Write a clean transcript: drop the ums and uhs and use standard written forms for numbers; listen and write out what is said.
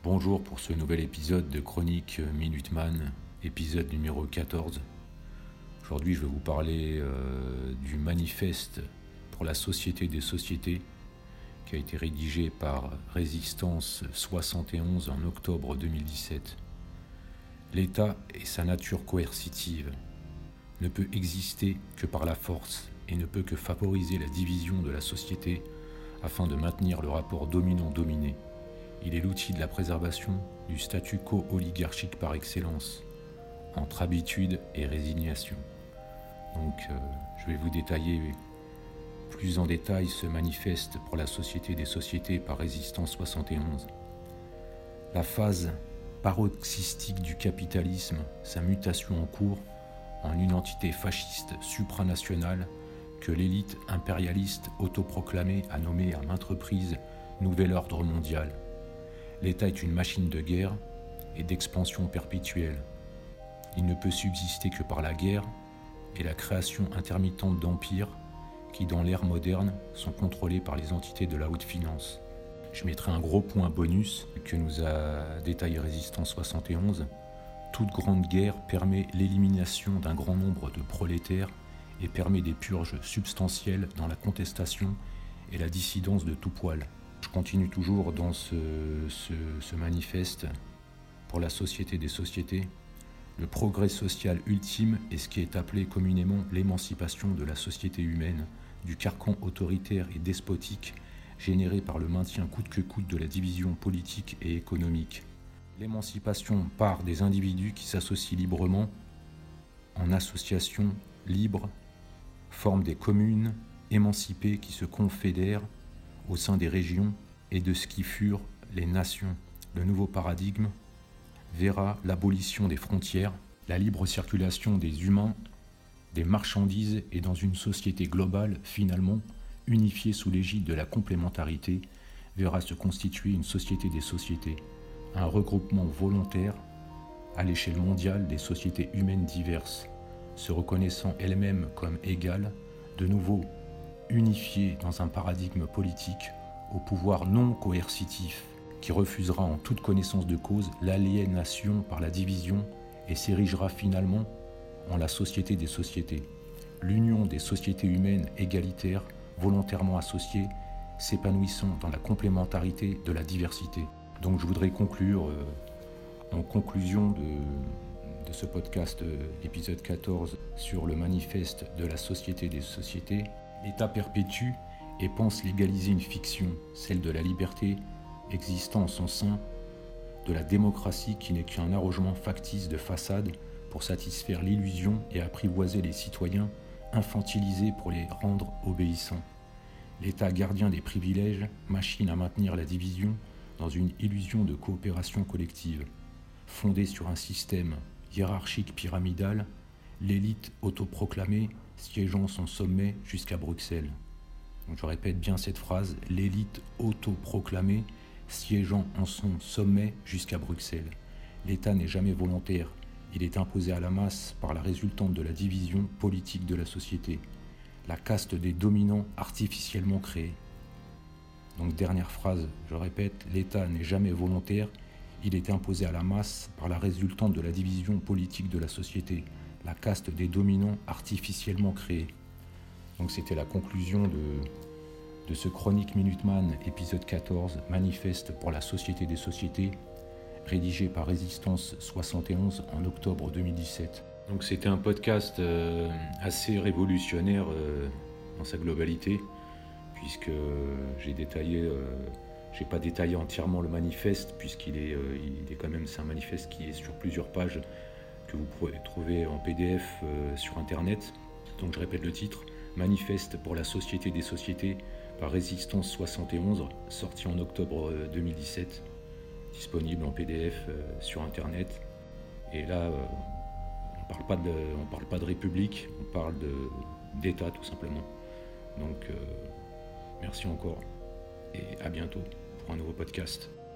Bonjour pour ce nouvel épisode de Chronique Minuteman, épisode numéro 14. Aujourd'hui, je vais vous parler du manifeste pour la société des sociétés qui a été rédigé par Résistance 71 en octobre 2017. L'État et sa nature coercitive ne peut exister que par la force et ne peut que favoriser la division de la société afin de maintenir le rapport dominant-dominé. Il est l'outil de la préservation du statu quo oligarchique par excellence, entre habitude et résignation. Donc, je vais vous détailler plus en détail ce manifeste pour la société des sociétés par Résistance 71. La phase paroxystique du capitalisme, sa mutation en cours en une entité fasciste supranationale que l'élite impérialiste autoproclamée a nommée à maintes reprises Nouvel Ordre Mondial. L'État est une machine de guerre et d'expansion perpétuelle. Il ne peut subsister que par la guerre et la création intermittente d'empires qui, dans l'ère moderne, sont contrôlés par les entités de la haute finance. Je mettrai un gros point bonus que nous a détaillé Résistance 71. Toute grande guerre permet l'élimination d'un grand nombre de prolétaires et permet des purges substantielles dans la contestation et la dissidence de tout poil. Je continue toujours dans ce manifeste pour la société des sociétés. Le progrès social ultime est ce qui est appelé communément l'émancipation de la société humaine, du carcan autoritaire et despotique généré par le maintien coûte que coûte de la division politique et économique. L'émancipation part des individus qui s'associent librement en associations libres, forment des communes émancipées qui se confédèrent au sein des régions et de ce qui furent les nations. Le nouveau paradigme verra l'abolition des frontières, la libre circulation des humains, des marchandises et dans une société globale finalement unifiée sous l'égide de la complémentarité verra se constituer une société des sociétés, un regroupement volontaire à l'échelle mondiale des sociétés humaines diverses, se reconnaissant elles-mêmes comme égales, de nouveau unifiées dans un paradigme politique au pouvoir non coercitif qui refusera en toute connaissance de cause l'aliénation par la division et s'érigera finalement en la société des sociétés, l'union des sociétés humaines égalitaires volontairement associées s'épanouissant dans la complémentarité de la diversité. Donc je voudrais conclure en conclusion de ce podcast, épisode 14, sur le manifeste de la société des sociétés. L'État perpétue et pense légaliser une fiction, celle de la liberté existant en son sein, de la démocratie qui n'est qu'un arrangement factice de façade pour satisfaire l'illusion et apprivoiser les citoyens, infantilisés pour les rendre obéissants. L'État gardien des privilèges, machine à maintenir la division dans une illusion de coopération collective, fondée sur un système hiérarchique pyramidal, l'élite autoproclamée siégeant son sommet jusqu'à Bruxelles. Donc je répète bien cette phrase, l'élite autoproclamée siégeant en son sommet jusqu'à Bruxelles. L'État n'est jamais volontaire, il est imposé à la masse par la résultante de la division politique de la société, la caste des dominants artificiellement créée. Donc dernière phrase, je répète, l'État n'est jamais volontaire, il est imposé à la masse par la résultante de la division politique de la société, la caste des dominants artificiellement créés. Donc c'était la conclusion de ce Chronique Minuteman, épisode 14, manifeste pour la société des sociétés, rédigé par Résistance 71 en octobre 2017. Donc c'était un podcast assez révolutionnaire dans sa globalité, puisque j'ai pas détaillé entièrement le manifeste, puisqu'il est quand même, c'est un manifeste qui est sur plusieurs pages que vous pouvez trouver en PDF sur Internet. Donc je répète le titre, Manifeste pour la société des sociétés par Résistance 71, sorti en octobre 2017, disponible en PDF sur Internet. Et là, on parle pas de République, on parle d'État tout simplement. Donc merci encore et à bientôt pour un nouveau podcast.